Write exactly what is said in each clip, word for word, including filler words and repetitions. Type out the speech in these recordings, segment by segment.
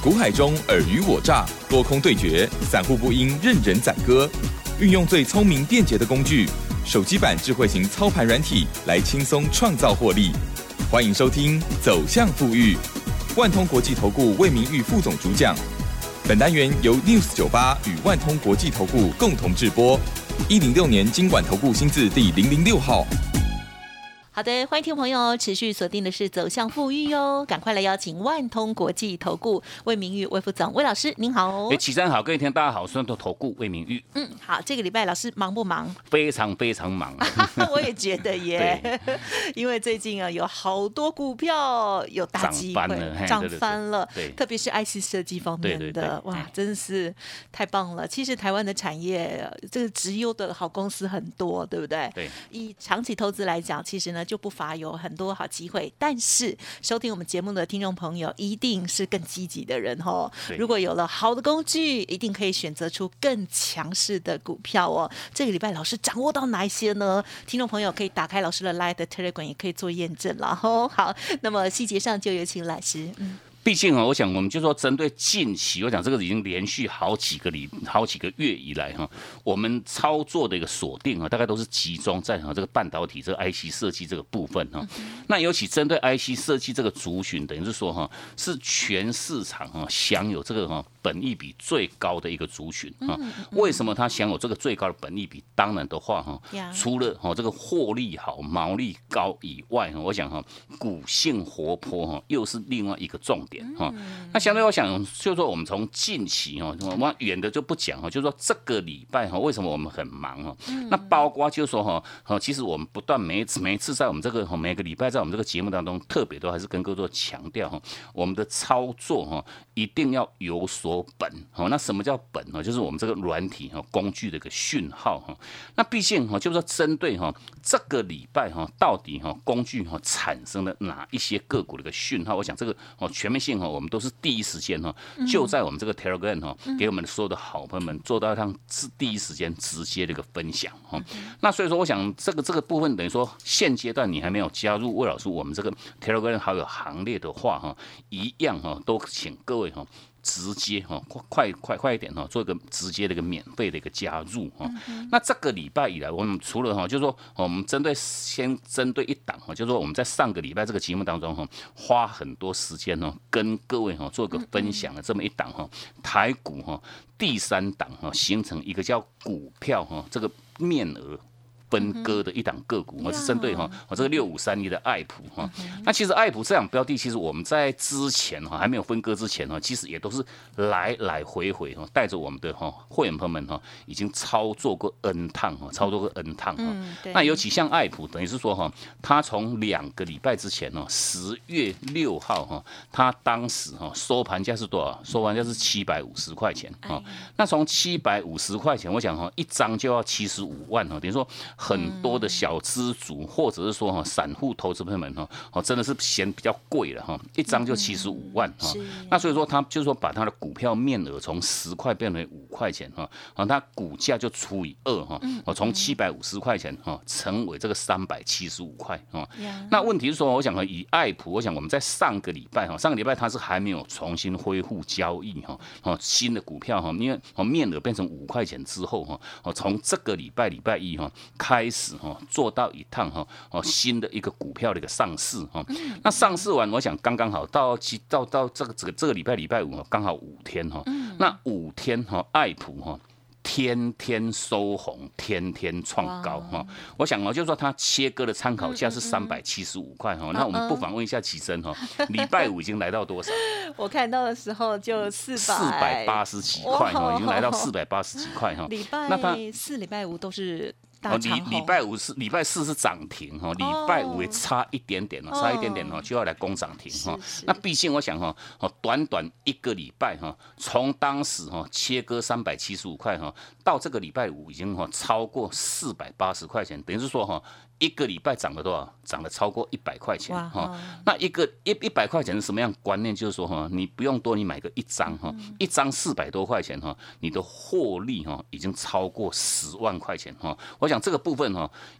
股海中尔虞我诈，多空对决，散户不应任人宰割。运用最聪明便捷的工具，手机版智慧型操盘软体来轻松创造获利。欢迎收听《走向富裕》，万通国际投顾魏明玉副总主讲。本单元由 News 九十八与万通国际投顾共同制播。一零六年金管投顾新字第零零六号。 好的，欢迎听众朋友持续锁定的是走向富裕哟，赶快来邀请万通国际投顾魏明玉魏副总魏老师，您好。 哎，启山好，各位听大家好，我是投顾魏明玉。 嗯，好，这个礼拜老师忙不忙？ 非常非常忙。 我也觉得耶，因为最近啊有好多股票有大机会涨翻了， 对， 特别是 I C 设计方面的，对对对哇，真的是太棒了。其实台湾的产业，这个直优的好公司很多，对不对？ 对。 以长期投资来讲，其实呢。就不乏有很多好机会，但是收听我们节目的听众朋友一定是更积极的人哦。如果有了好的工具，一定可以选择出更强势的股票哦。这个礼拜老师掌握到哪一些呢？听众朋友可以打开老师的 Line 的 Telegram， 也可以做验证了哦。好，那么细节上就有请老师。嗯。 毕竟啊，我想我们就说针对近期，我讲这个已经连续好几个礼、好几个月以来哈，我们操作的一个锁定啊，大概都是集中在哈这个半导体这个 I C 设计这个部分哈。那尤其针对 I C 设计这个族群，等于是说哈，是全市场哈享有这个哈本益比最高的一个族群哈。为什么它享有这个最高的本益比？当然的话哈，除了哈这个获利好、毛利高以外哈，我想哈股性活泼哈，又是另外一个重点。那相对我想，就是说我们从近期哦，我们远的就不讲哈，就是说这个礼拜哈，为什么我们很忙哈？那包括就是说哈，其实我们不断每一次每一次在我们这个每个礼拜在我们这个节目当中，特别都还是跟各位做强调哈，我们的操作哈一定要有所本哈。那什么叫本呢？就是我们这个软体哈工具的一个讯号哈。那毕竟哈，就是说针对哈这个礼拜哈，到底哈工具哈产生了哪一些个股的一个讯号？我想这个哦全面性哈，我们都是第一时间哈，就在我们这个 Telegram 哈，给我们所有的好朋友们做到让第一时间直接的一个分享哈。那所以说，我想这个这个部分等于说现阶段你还没有加入魏老师我们这个 Telegram 好友行列的话哈，一样哈，都请各位哈。直接哈，快快快一点哈，做一个直接的一个免费的一个加入哈。那这个礼拜以来，我们除了哈，就是说我们针对先针对一档哈，就是说我们在上个礼拜这个节目当中哈，花很多时间哈，跟各位哈做一个分享的这么一档哈，台股哈第三档哈，形成一个叫股票哈这个面额。分割的一档个股，我是针对哈，我这个六五三一的爱普哈。那其实爱普这档标的，其实我们在之前哈还没有分割之前哈，其实也都是来来回回哈，带着我们的哈会员朋友们哈，已经操作过 N 趟哈，操作过 N 趟哈。那尤其像爱普，等于是说哈，它从两个礼拜之前哦，十月六号哈，它当时哈收盘价是多少？收盘价是七百五十块钱哈。那从七百五十块钱，我想哈一张就要七十五万哈，等于说。很多的小资族或者是说哈散户投资朋友们哈，哦真的是嫌比较贵了哈，一张就七十五万哈。那所以说他就是说把他的股票面额从十块变为五块钱哈，啊他股价就除以二哈，哦从七百五十块钱哈成为这个三百七十五块哈。那问题是说，我想以爱普，我想我们在上个礼拜哈，上个礼拜它是还没有重新恢复交易哈，哦新的股票哈，因为哦面额变成五块钱之后哈，哦从这个礼拜礼拜一哈。开始哈做到一趟哈哦新的一个股票的一个上市哈，那上市完我想刚刚好到到到这个这个这个礼拜礼拜五刚好五天哈，那五天哈爱普哈。天天收红，天天创高哈。我想哦，就是说它切割的参考价是三百七十五块哈。那我们不妨问一下启真哈，礼拜五已经来到多少？ 我看到的时候就四百四百八十几块哈，已经来到四百八十几块哈。 礼拜四、礼拜五都是。 哦，礼礼拜五是礼拜四是涨停哈，礼拜五也差一点点哦，差一点点哦就要来攻涨停哈。那毕竟我想哈，哦短短一个礼拜哈，从当时哈切割三百七十五块哈，到这个礼拜五已经哈超过四百八十块钱，等于是说哈。一个礼拜涨了多少？涨了超过一百块钱哈。那一个一一百块钱是什么样观念？就是说哈，你不用多，你买个一张哈，一张四百多块钱哈，你的获利哈已经超过十万块钱哈。我想这个部分哈，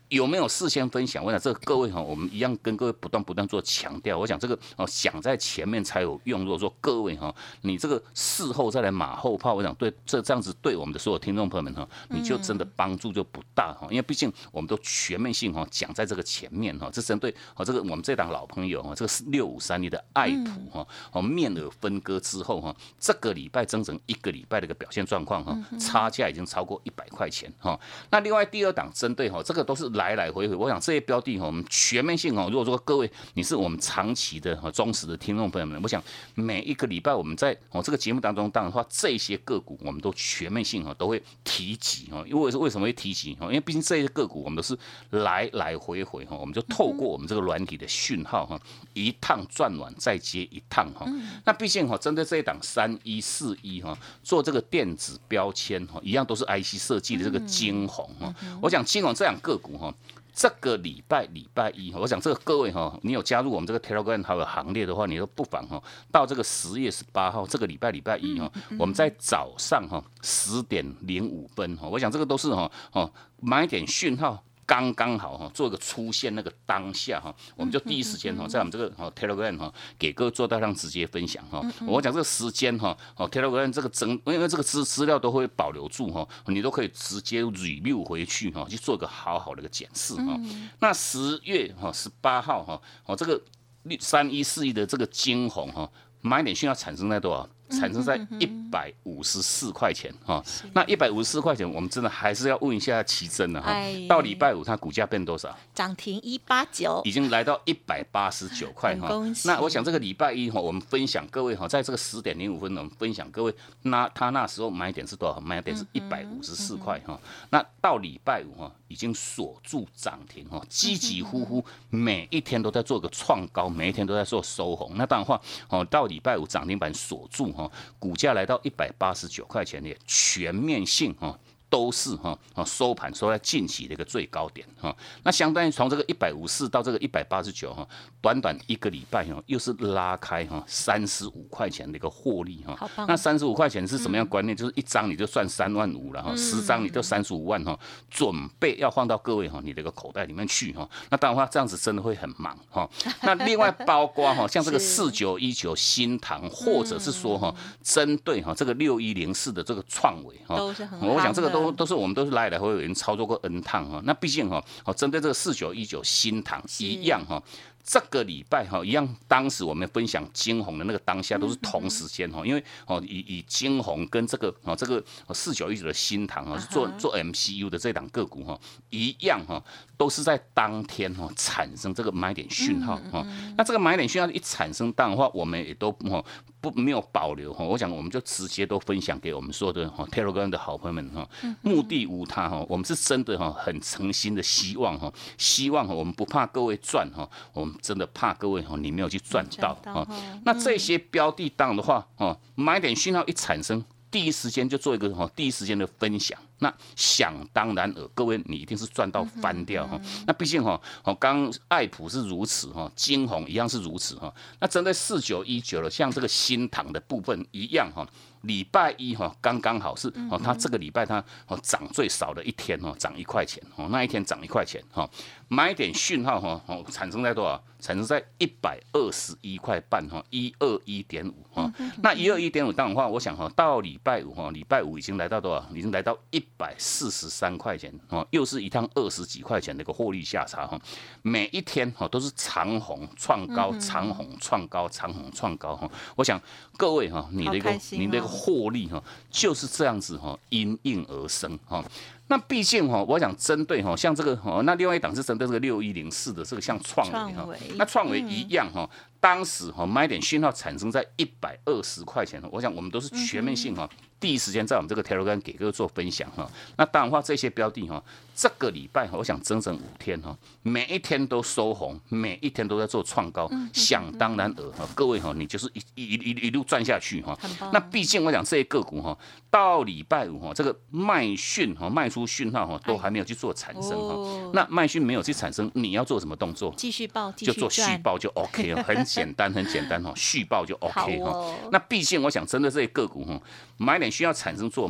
有没有事先分享？我想这个各位哈，我们一样跟各位不断不断做强调。我想这个哦，想在前面才有用。如果说各位哈，你这个事后再来马后炮，我想对这这样子对我们的所有听众朋友们哈，你就真的帮助就不大哈。因为毕竟我们都全面性哈讲在这个前面哈，这针对哦这个我们这档老朋友哈，这个是六五三一的爱普哈，哦面额分割之后哈，这个礼拜整整一个礼拜的一个表现状况哈，差价已经超过一百块钱哈。那另外第二档针对哈，这个都是来来回回，我想这些标的哈，我们全面性哈，如果说各位你是我们长期的哈忠实的听众朋友们，我想每一个礼拜我们在哦这个节目当中，当然的话这些个股我们都全面性哈都会提及哈，因为为什么会提及哈？因为毕竟这些个股我们都是来来回回哈，我们就透过我们这个软体的讯号哈，一趟转完再接一趟哈。那毕竟哈，针对这一档三一四一哈，做这个电子标签哈，一样都是 I C 设计的这个金鸿哈。我讲金鸿这两个股哈，这个礼拜礼拜一，我想这个各位哈，你有加入我们这个 Telegram 好友行列的话，你都不妨哈，到这个十月十八号这个礼拜礼拜一哈，我们在早上哈十点零五分哈，我想这个都是哈哦买点讯号。刚刚好哈，做一个出现那个当下哈，我们就第一时间哈，在我们这个 Telegram 哈，给各位做到让直接分享哈。我讲这个时间哈，Telegram 这个整，因为这个资资料都会保留住哈，你都可以直接 review 回去哈，去做一个好好的一个检视哈。那十月哈十八号哈，哦这个三一四一的这个金鸿哈，买点讯号产生在多少？产生在一百五十四块钱哈，那一百五十四块钱，我们真的还是要问一下奇珍了哈。到礼拜五它股价变多少？ 涨停一八九， 已经来到一百八十九块哈。那我想这个礼拜一哈，我们分享各位哈，在这个十点零五分，我们分享各位，那他那时候买点是多少？买点是一百五十四块哈。那到礼拜五哈，已经锁住涨停哈，积极呼呼，每一天都在做个创高，每一天都在做收红。那当然话哦，到礼拜五涨停板锁住。股价来到一百八十九块钱，也全面性都是哈收盘收在近期的一个最高点哈，那相当于从这个一百五十四到这个一百八十九哈，短短一个礼拜哈，又是拉开哈三十五块钱的一个获利哈。那三十五块钱是什么样观念？就是一张你就算三万五了哈，十张你就三十五万哈，准备要放到各位哈你的一个口袋里面去哈。那当然话这样子真的会很忙哈。那另外包括哈像这个四九一九新唐，或者是说哈针对哈这个六一零四的这个创维哈，我想这个都。都都是我们都是来来回回有人操作过 N 趟哈，那毕竟哈，针对这个四九一九新唐一样哈。这个礼拜哈一样，当时我们分享金鸿的那个当下都是同时间哈，因为哦以以金鸿跟这个哦这个四九一九的新唐啊是做做 M C U 的这档个股哈一样哈，都是在当天哈产生这个买点讯号哈。那这个买点讯号一产生，当然的话我们也都哈不没有保留哈，我想我们就直接都分享给我们所有的哈 Telegram 的好朋友们哈，目的无他哈，我们是真的哈很诚心的希望哈，希望哈我们不怕各位赚哈，我们真的怕各位你没有去赚到啊。那这些标的当的话买点讯号一产生，第一时间就做一个第一时间的分享。那想当然尔，各位你一定是赚到翻掉哈。那毕竟哈，刚爱普是如此哈，金鸿一样是如此哈。那针对四九一九的，像这个新唐的部分一样哈。礼拜一哈刚刚好是哦，它这个礼拜它哦涨最少的一天哦，涨一块钱哦，那一天涨一块钱哈，买点讯号哈哦产生在多少？产生在一百二十一块半哈，一二一点五哈。那一二一点五当然话，我想哈到礼拜五哈，礼拜五已经来到多少？已经来到一百四十三块钱哦，又是一趟二十几块钱的一个获利下差哈。每一天哈都是长红创高，长红创高，长红创高哈。我想各位哈，你的一个你的一个获利哈就是这样子哈，因应而生哈。那毕竟哈，我想针对哈，像这个哈，那另外一档是针对这个六一零四的这个像创维哈，那创维一样哈，当时哈买点讯号产生在一百二十块钱，我想我们都是全面性哈，第一时间在我们这个 Telegram 给各位做分享哈。那当然话这些标的哈，这个礼拜我想整整五天哈，每一天都收红，每一天都在做创高，想当然尔哈，各位哈，你就是一一一一路赚下去哈。那毕竟我讲这些个股哈，到礼拜五哈，这个卖讯哈卖出讯号哈都还没有去做产生哈。那卖讯没有去产生，你要做什么动作？ 继续报， 就做续报就 OK 了，很简单很简单哈，续报就 OK 哈。那毕竟我想针对这些个股哈，买点需要产生做买。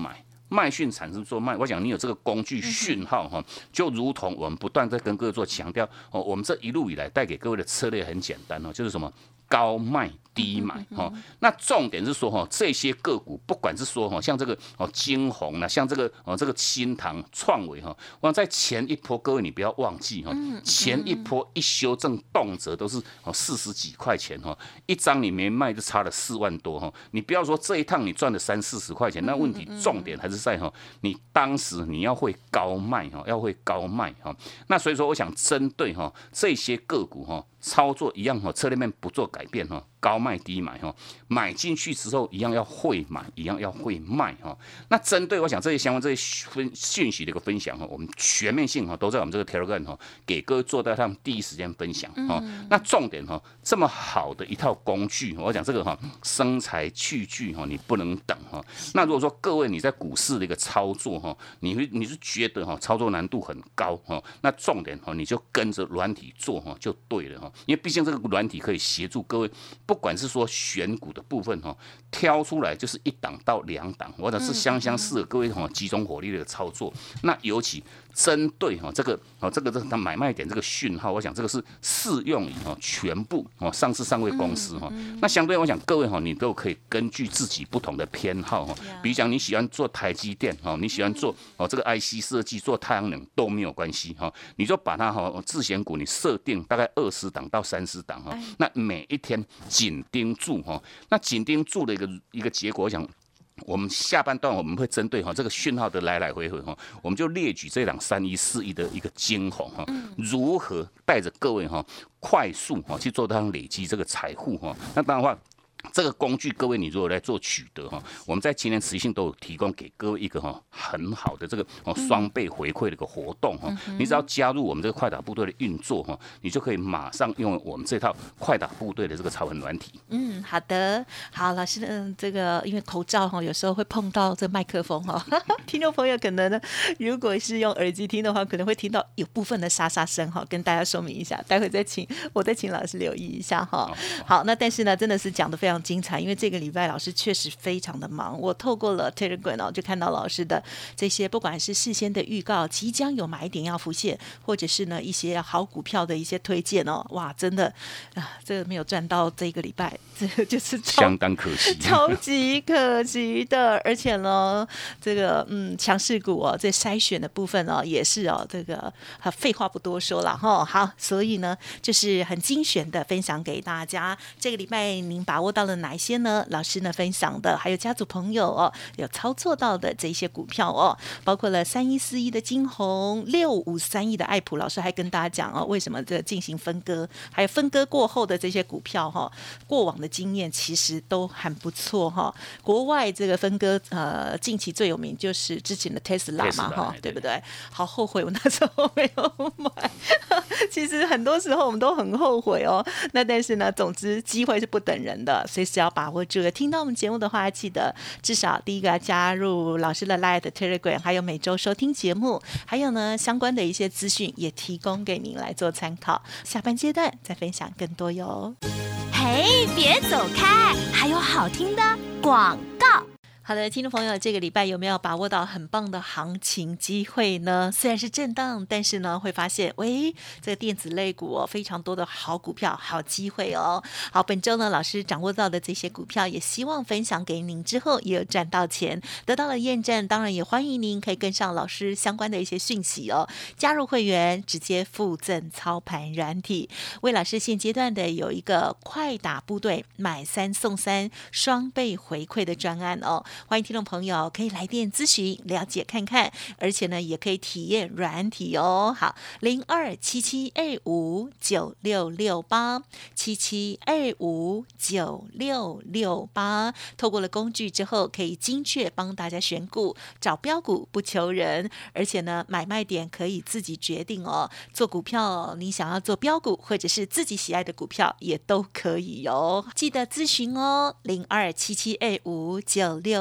卖讯产生做卖，我想你有这个工具讯号哈，就如同我们不断在跟各位做强调哦，我们这一路以来带给各位的策略很简单哦，就是什么高卖低买哈。那重点是说哈，这些个股不管是说哈，像这个哦金鸿啦，像这个哦这个新唐、创维哈，我在前一波各位你不要忘记哈，前一波一修正动辄都是哦四十几块钱哈，一张你没卖就差了四万多哈。你不要说这一趟你赚了三四十块钱，那问题重点还是在哈，你当时你要会高卖哈，要会高卖哈。那所以说我想针对哈这些个股哈。操作一样哈，策略面不做改变哈，高卖低买哈，买进去之后一样要会买，一样要会卖哈。那针对我想这些相关这些分讯息的一个分享哈，我们全面性哈都在我们这个 Telegram 哈，给各位做到他们第一时间分享哈。那重点哈，这么好的一套工具，我讲这个哈生财器具哈，你不能等哈。那如果说各位你在股市的一个操作哈，你会你是觉得哈操作难度很高哈，那重点哈你就跟着软体做哈就对了哈。因为毕竟这个软体可以协助各位，不管是说选股的部分哈，挑出来就是一档到两档，或者是相相适合各位哈集中火力的操作。那尤其针对哈这个哦这个这个买卖点这个讯号，我想这个是适用于哈全部哦上市上柜公司哈。那相对我想各位哈，你都可以根据自己不同的偏好哈，比如讲你喜欢做台积电哈，你喜欢做哦这个 I C 设计，做太阳能都没有关系哈，你就把它哈自选股你设定大概二十档到三十档哈，那每一天紧盯住哈，那紧盯住的一个一个结果，我想。我们下半段我们会针对哈这个讯号的来来回回哈，我们就列举这档三一四一的一个金鸿哈，如何带着各位哈快速哈去做到累积这个财富哈。那当然的话。这个工具，各位你如果来做取得哈，我们在今年持续性都有提供给各位一个哈很好的这个哦双倍回馈的一个活动哈。你只要加入我们这个快打部队的运作哈，你就可以马上用我们这套快打部队的这个超文软体。 嗯，好的，好，老师，嗯，这个因为口罩哈，有时候会碰到这麦克风哈，听众朋友可能呢，如果是用耳机听的话，可能会听到有部分的沙沙声哈，跟大家说明一下，待会再请我再请老师留意一下哈。好，那但是呢，真的是讲得非常精彩，因为这个礼拜老师确实非常的忙，我透过了 Telegram 哦，就看到老师的这些不管是事先的预告，即将有买点要浮现，或者是呢一些好股票的一些推荐哦，哇，真的啊，这个没有赚到这个礼拜，这个就是相当可惜， 超级可惜的，而且呢，这个嗯强势股哦，这筛选的部分哦也是哦，这个废话不多说了哈，好，所以呢就是很精选的分享给大家，这个礼拜您把握到了哪一些呢？老师呢分享的，还有家族朋友哦有操作到的这些股票哦，包括了三一四一的金鸿、六五三一的爱普，老师还跟大家讲哦，为什么这进行分割，还有分割过后的这些股票哈、哦，过往的经验其实都很不错哈、哦。国外这个分割呃，近期最有名就是之前的 Tesla 嘛哈、哦，对不对？好后悔我那时候没有买，其实很多时候我们都很后悔哦。那但是呢，总之机会是不等人的，随时要把握住。听到我们节目的话，记得至少第一个要加入老师的 Line 的 Telegram， 还有每周收听节目，还有呢相关的一些资讯也提供给您来做参考。下半阶段再分享更多哟。 嘿，别走开，还有好听的广告。 好的，听众朋友，这个礼拜有没有把握到很棒的行情机会呢？虽然是震荡，但是呢，会发现，喂，这个电子类股哦，非常多的好股票、好机会哦。好，本周呢，老师掌握到的这些股票，也希望分享给您之后，也有赚到钱，得到了验证。当然，也欢迎您可以跟上老师相关的一些讯息哦。加入会员，直接附赠操盘软体。魏老师现阶段的有一个快打部队买三送三双倍回馈的专案哦。欢迎听众朋友可以来电咨询了解看看，而且呢也可以体验软体哦。好，零二七七二五九六六八七七二五九六六八，透过了工具之后，可以精确帮大家选股，找标股不求人，而且呢买卖点可以自己决定哦。做股票你想要做标股，或者是自己喜爱的股票也都可以哦。记得咨询哦，零二七七二五九六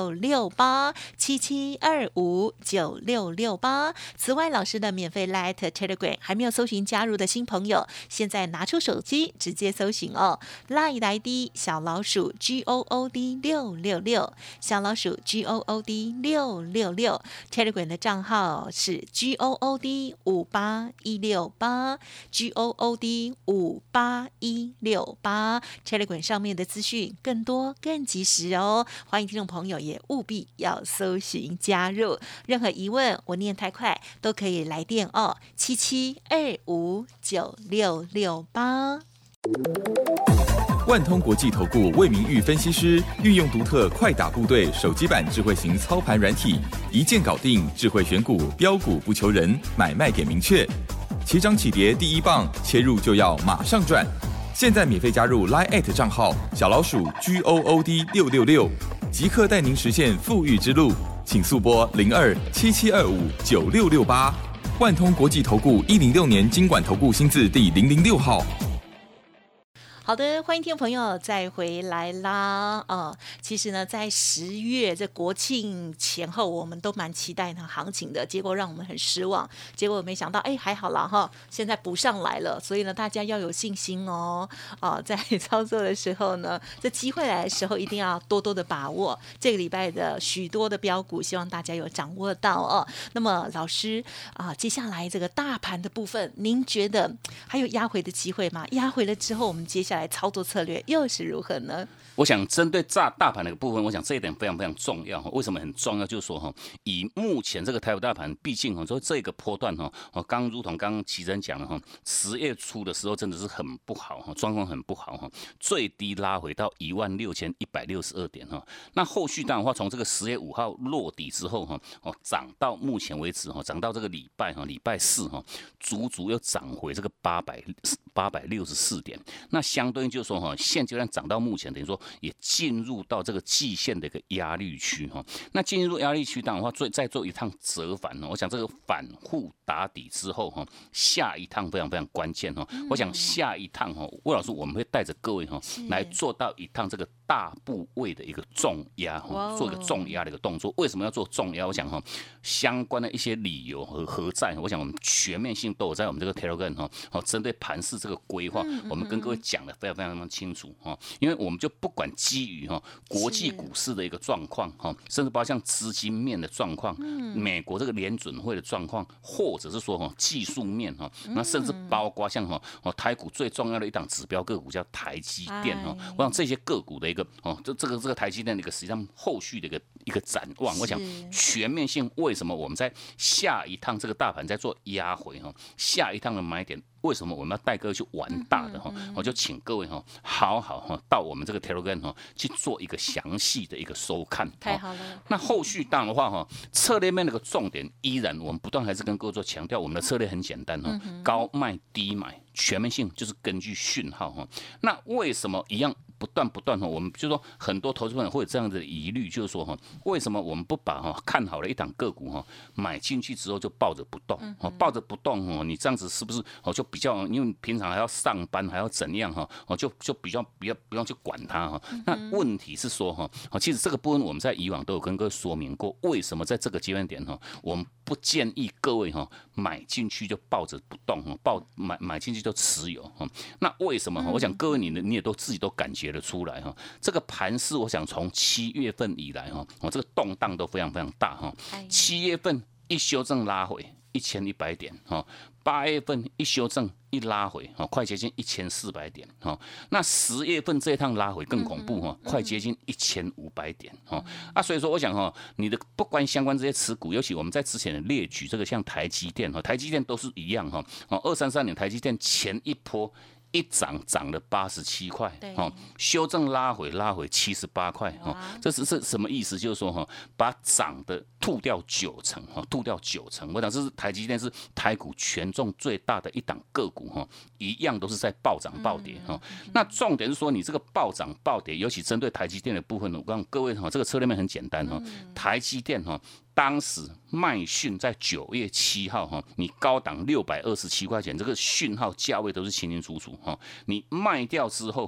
六六八七七二五九六六八。此外，老师的免费 Line Telegram 还没有搜寻加入的新朋友，现在拿出手机直接搜寻哦。Line 的 I D 小老鼠 G O O D 六六六，小老鼠 G O O D 六六六。Telegram 的账号是 G O O D 五八一六八 G O O D 五八一六八。Telegram 上面的资讯更多更及时哦，欢迎听众朋友也务必要搜寻加入。任何疑问我念太快都可以来电哦，七七二五九六六八。 万通国际投顾魏明玉分析师运用独特快打部队手机版智慧型操盘软体，一键搞定智慧选股，标股不求人，买卖点明确。起涨起跌第一棒，切入就要马上赚。现在免费加入 Line at 账号小老鼠 G O O D 六六六，即刻带您实现富裕之路。请速拨零二七七二五九六六八。万通国际投顾一零六年金管投顾新字第零零六号。 好的，欢迎听众朋友再回来啦！呃，其实呢，在十月这国庆前后，我们都蛮期待呢行情的，结果让我们很失望。结果没想到，哎，还好啦哈，现在补上来了。所以呢，大家要有信心哦。啊、呃，在操作的时候呢，这机会来的时候，一定要多多的把握。这个礼拜的许多的标股，希望大家有掌握到哦。那么，老师啊、呃，接下来这个大盘的部分，您觉得还有压回的机会吗？压回了之后，我们接下来来操作策略又是如何呢？ 我想针对大大盘的部分，我想这一点非常非常重要。为什么很重要？就是说哈，以目前这个台股大盘，毕竟哈，说这个波段哈，刚如同刚刚齐真讲了哈，十月初的时候真的是很不好哈，状况很不好哈，最低拉回到一万六千一百六十二点哈。那后续当然话，从这个十月五号落底之后哈，哦，涨到目前为止哈，涨到这个礼拜哈，礼拜四哈，足足又涨回这个八百八百六十四点。那相对应就是说哈，现阶段涨到目前，等于说也进入到这个季线的一个压力区哈。那进入压力区，当然的话，再再做一趟折返呢。我想这个反复打底之后哈，下一趟非常非常关键哈。我想下一趟哈，魏老师我们会带着各位哈来做到一趟这个大部位的一个重压哈，做一个重压的一个动作。为什么要做重压？我想哈，相关的一些理由和何在？我想我们全面性都有在我们这个 Telegram 哈，好，针对盘势这个规划，我们跟各位讲的非常非常非常清楚哈。因为我们就不管基于哈国际股市的一个状况哈，甚至包括像资金面的状况，美国这个联准会的状况，或者是说哈技术面哈，那甚至包括像哈台股最重要的一档指标个股叫台积电哈。我想这些个股的一个哦，这这个这个台积电的一个实际上后续的一个一个展望，我想全面性为什么我们在下一趟这个大盘在做压回哈，下一趟的买点。为什么我们要带各位去玩大的哈？我就请各位哈，好好哈到我们这个 Telegram 哈去做一个详细的一个收看。 太好了。 那后续当然的话哈，策略面那个重点依然我们不断还是跟各位做强调，我们的策略很简单哈，高卖低买，全面性就是根据讯号哈。那为什么一样？不断不断哈，我们就说很多投资朋友会有这样的疑虑，就是说哈，为什么我们不把哈看好了一档个股哈买进去之后就抱着不动？哦，抱着不动哦，你这样子是不是哦就比较，因为平常还要上班还要怎样哈？哦，就就比较不要不用去管它哈。那问题是说哈，哦，其实这个部分我们在以往都有跟各位说明过，为什么在这个阶段点哈，我们不建议各位哈买进去就抱着不动哈，抱买买进去就持有哈。那为什么？我想各位你你也都自己都感觉得出来哈，这个盘势我想从七月份以来哈，我这个动荡都非常非常大哈。七月份一修正拉回一千一百点哈，八月份一修正一拉回哈，快接近一千四百点哈。那十月份这一趟拉回更恐怖哈，快接近一千五百点哈。啊，所以说我想哈，你的不管相关这些持股，尤其我们在之前的列举这个像台积电哈，台积电都是一样哈。哦，二三三年台积电前一波。一涨涨了八十七块，哦，修正拉回拉回七十八块，哦，这是是什么意思？就是说哈，把涨的吐掉九成，哈，吐掉九成。我想这是台积电是台股权重最大的一档个股，哈，一样都是在暴涨暴跌，哈。那重点是说你这个暴涨暴跌，尤其针对台积电的部分，我告诉各位哈，这个策略面很简单哈，台积电哈。当时卖讯在九月七号哈，你高档六百二十七块钱，这个讯号价位都是清清楚楚哈。你卖掉之后，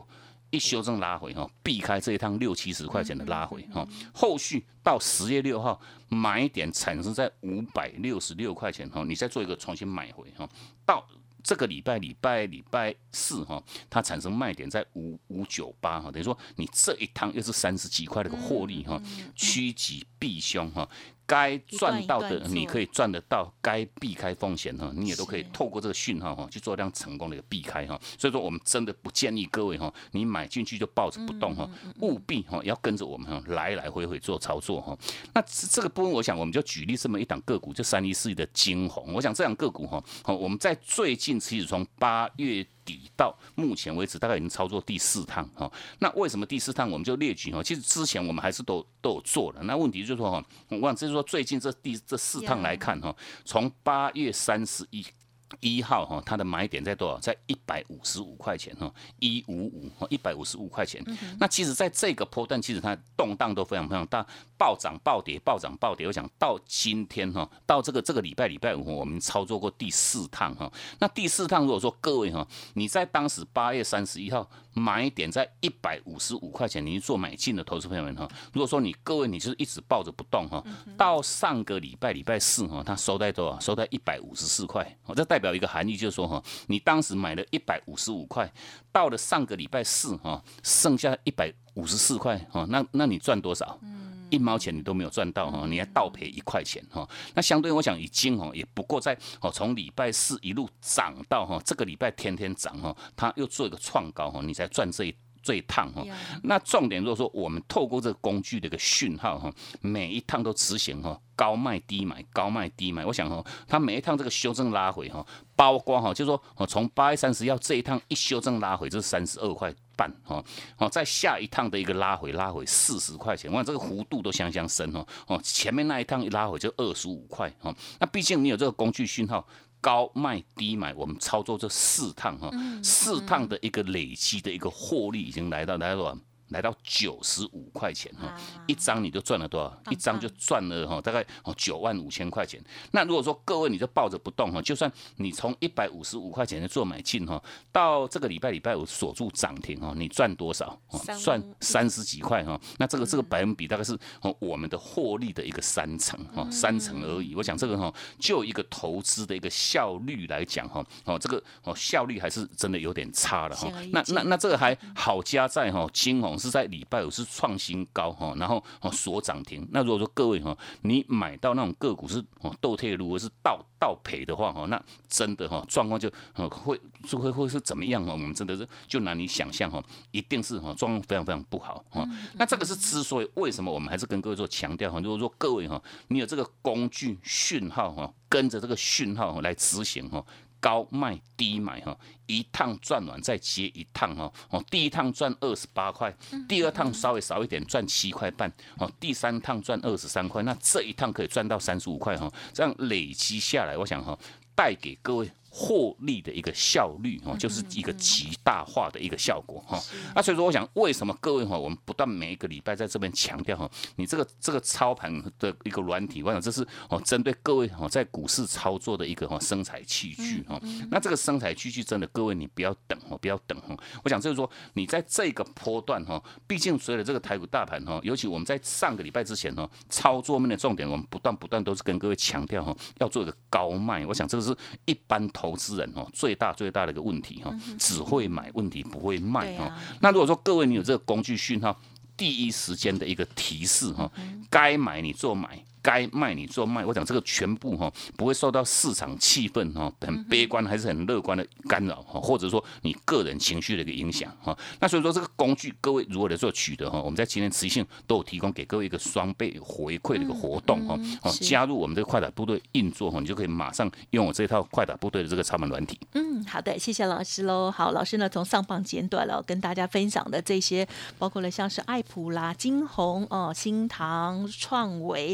一修正拉回哈，避开这一趟六七十块钱的拉回哈，后续到十月六号买点产生在五百六十六块钱哈，你再做一个重新买回哈，到这个礼拜礼拜礼拜四哈，它产生卖点在五五九八哈，等于说你这一趟又是三十几块的一个获利哈，趋吉避凶哈。该赚到的你可以赚得到，该避开风险哈，你也都可以透过这个讯号哈去做这样成功的一个避开哈。所以说我们真的不建议各位哈，你买进去就抱着不动哈，务必哈要跟着我们哈来来回回做操作哈。那这个部分我想我们就举例这么一档个股，就三一四一的金鸿，我想这档个股哈，我们在最近其实从八月底到目前为止，大概已经操作第四趟哈。那为什么第四趟我们就列举哈？其实之前我们还是都都有做的。那问题就是说哈，我想就是说最近这第这四趟来看哈，从八月三十一。一号哈，它的买点在多少？在一百五十五块钱哈，一五五，一百五十五块钱。那其实在这个波段，其实它动荡都非常非常大，暴涨暴跌，暴涨暴跌。我想到今天哈，到这个这个礼拜礼拜五，我们操作过第四趟哈。那第四趟如果说各位哈，你在当时八月三十一号买点在一百五十五块钱，你去做买进的投资朋友们哈，如果说你各位你就是一直抱着不动哈，到上个礼拜礼拜四哈，它收在多少？收在一百五十四块。这代表一个含义，就是说哈，你当时买了一百五十五块，到了上个礼拜四哈，剩下一百五十四块哈，那那你赚多少？一毛钱你都没有赚到哈，你还倒赔一块钱哈。那相对我想，已经哦也不过在哦从礼拜四一路涨到哈这个礼拜天天涨哈，它又做一个创高哈，你才赚这一。这一趟哈，那重点如果说我们透过这个工具的一个讯号哈，每一趟都执行哈高卖低买，高卖低买。我想哈，它每一趟这个修正拉回哈，包括哈，就是说哦从八月三十号这一趟一修正拉回，这是三十二块半哈，哦在下一趟的一个拉回拉回四十块钱，哇这个弧度都相当深哦哦，前面那一趟一拉回就二十五块哈，那毕竟你有这个工具讯号。高卖低买，我们操作这四趟哈，四趟的一个累积的一个获利已经来到来到多少？来到九十五块钱哈，一张你就赚了多少？一张就赚了哈，大概九万五千块钱。那如果说各位你就抱着不动哈，就算你从一百五十五块钱的做买进哈，到这个礼拜礼拜五锁住涨停哈，你赚多少？赚三十几块哈。那这个这个百分比大概是我们的获利的一个三成哈，三成而已。我想这个哈，就一个投资的一个效率来讲哈，哦这个哦效率还是真的有点差了哈。那那那这个还好加在哈金融。是在礼拜五是创新高哈，然后锁涨停。那如果说各位哈，你买到那种个股是倒退，如果是倒倒赔的话哈，那真的哈状况就会就会会是怎么样哈？我们真的是就难以想象哈，一定是哈状况非常非常不好哈。那这个是之所以为什么我们还是跟各位做强调哈，如果说各位哈，你有这个工具讯号哈，跟着这个讯号来执行哈。高卖低买哈，一趟赚完再接一趟哈。哦，第一趟赚二十八块，第二趟稍微少一点赚七块半，哦，第三趟赚二十三块，那这一趟可以赚到三十五块哈。这样累积下来，我想哈，带给各位获利的一个效率哈，就是一个极大化的一个效果哈。那所以说，我想为什么各位哈，我们不断每一个礼拜在这边强调哈，你这个这个操盘的一个软体，我想这是哦针对各位哈在股市操作的一个哈生财器具哈。那这个生财器具真的各位你不要等哦，不要等哦。我想就是说，你在这个波段哈，毕竟随着这个台股大盘哈，尤其我们在上个礼拜之前哈，操作面的重点，我们不断不断都是跟各位强调哈，要做一个高卖。我想这个是一般投资人哦最大最大的一个问题哈，只会买问题不会卖哈。那如果说各位你有这个工具讯号，第一时间的一个提示哈，该买你做买。该卖你做卖，我讲这个全部哈不会受到市场气氛哈很悲观还是很乐观的干扰哈，或者说你个人情绪的一个影响哈。那所以说这个工具各位如果来做取得哈，我们在今天持续性都有提供给各位一个双倍回馈的一个活动哈，哦加入我们这个快打部队运作哈，你就可以马上用我这套快打部队的这个操盘软体。 嗯，好的，谢谢老师喽。好，老师呢从上棒简短了跟大家分享的这些，包括了像是爱普啦、金鸿哦、新唐、创维啊。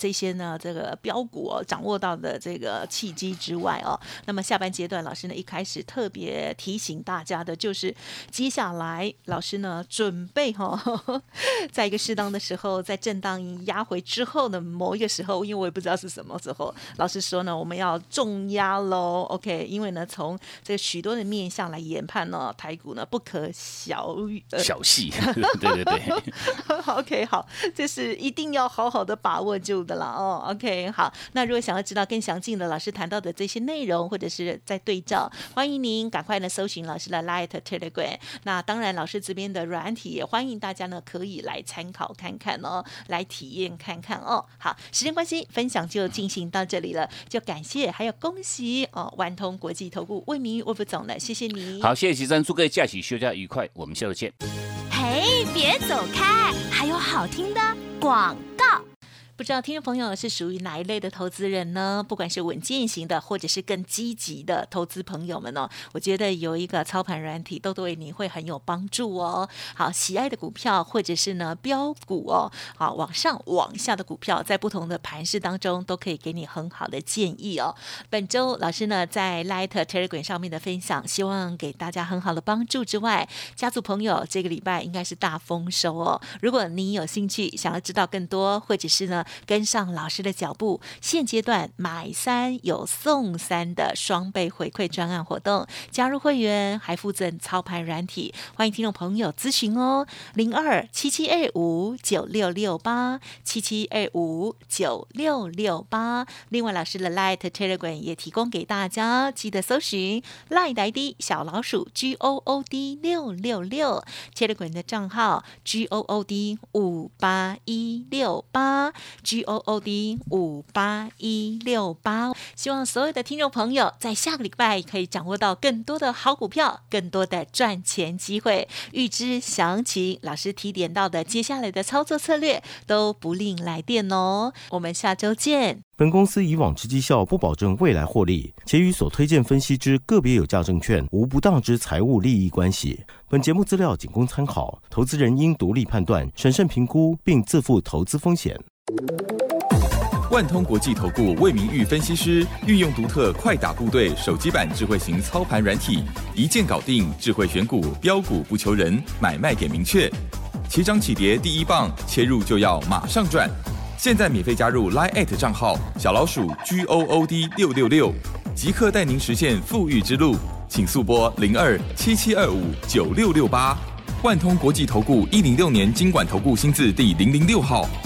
这些呢这个标股哦掌握到的这个契机之外哦，那么下半阶段老师呢一开始特别提醒大家的就是接下来老师呢准备哈、哦，在一个适当的时候，在震荡压回之后的某一个时候，因为我也不知道是什么时候，老师说呢我们要重压喽 ，OK， 因为呢从这个许多的面向来研判呢，台股呢不可小、呃、 小细，对对对 ，OK， 好，这是一定要好好的把握住的了哦 ，OK， 好，那如果想要知道更详尽的老师谈到的这些内容，或者是在对照，欢迎您赶快呢搜寻老师的 Light Telegram。那当然，老师这边的软体也欢迎大家呢可以来参考看看哦，来体验看看哦。好，时间关系，分享就进行到这里了，就感谢还有恭喜哦，万通国际投顾魏明玉魏副总了，谢谢你。 好，谢谢齐珍，祝各位假期休假愉快，我们下周见。 嘿，别走开，还有好听的广告。 不知道听众朋友是属于哪一类的投资人呢？不管是稳健型的，或者是更积极的投资朋友们哦，我觉得有一个操盘软体都对你会很有帮助哦。好，喜爱的股票或者是呢标股哦，好往上往下的股票，在不同的盘势当中都可以给你很好的建议哦。本周老师呢在 Light Telegram 上面的分享，希望给大家很好的帮助之外，家族朋友这个礼拜应该是大丰收哦。如果你有兴趣想要知道更多，或者是呢跟上老师的脚步，现阶段买三有送三的双倍回馈专案活动，加入会员还附赠操盘软体，欢迎听众朋友咨询哦，零二七七二五九六六八七七二五九六六八。另外，老师的 Light Telegram 也提供给大家，记得搜寻 Light I D 小老鼠 G O O D 六六六 Telegram 的账号 G O O D 五八一六八。G O O D 五八一六八，希望所有的听众朋友在下个礼拜可以掌握到更多的好股票，更多的赚钱机会。预知详情，老师提点到的接下来的操作策略都不吝来电哦。我们下周见。 本公司以往之绩效不保证未来获利，且与所推荐分析之个别有价证券无不当之财务利益关系。本节目资料仅供参考，投资人应独立判断、审慎评估，并自负投资风险。 万通国际投顾魏明玉分析师运用独特快打部队手机版智慧型操盘软体，一键搞定智慧选股，标股不求人，买卖给明确。起涨起跌第一棒，切入就要马上赚。现在免费加入 Line@ 账号小老鼠 G O O D 六六六，即刻带您实现富裕之路。请速拨零二七七二五九六六八。万通国际投顾一零六年金管投顾新字第零零六号。